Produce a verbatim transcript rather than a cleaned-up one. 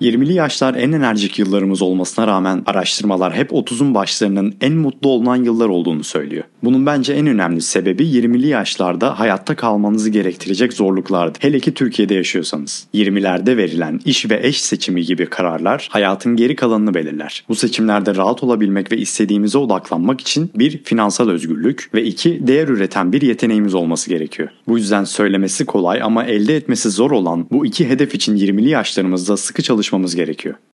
yirmili yaşlar en enerjik yıllarımız olmasına rağmen araştırmalar hep otuzun başlarının en mutlu olunan yıllar olduğunu söylüyor. Bunun bence en önemli sebebi yirmili yaşlarda hayatta kalmanızı gerektirecek zorluklardır. Hele ki Türkiye'de yaşıyorsanız. yirmilerde verilen iş ve eş seçimi gibi kararlar hayatın geri kalanını belirler. Bu seçimlerde rahat olabilmek ve istediğimize odaklanmak için bir finansal özgürlük ve iki değer üreten bir yeteneğimiz olması gerekiyor. Bu yüzden söylemesi kolay ama elde etmesi zor olan bu iki hedef için yirmili yaşlarımızda sıkı çalışmamız gerekiyor.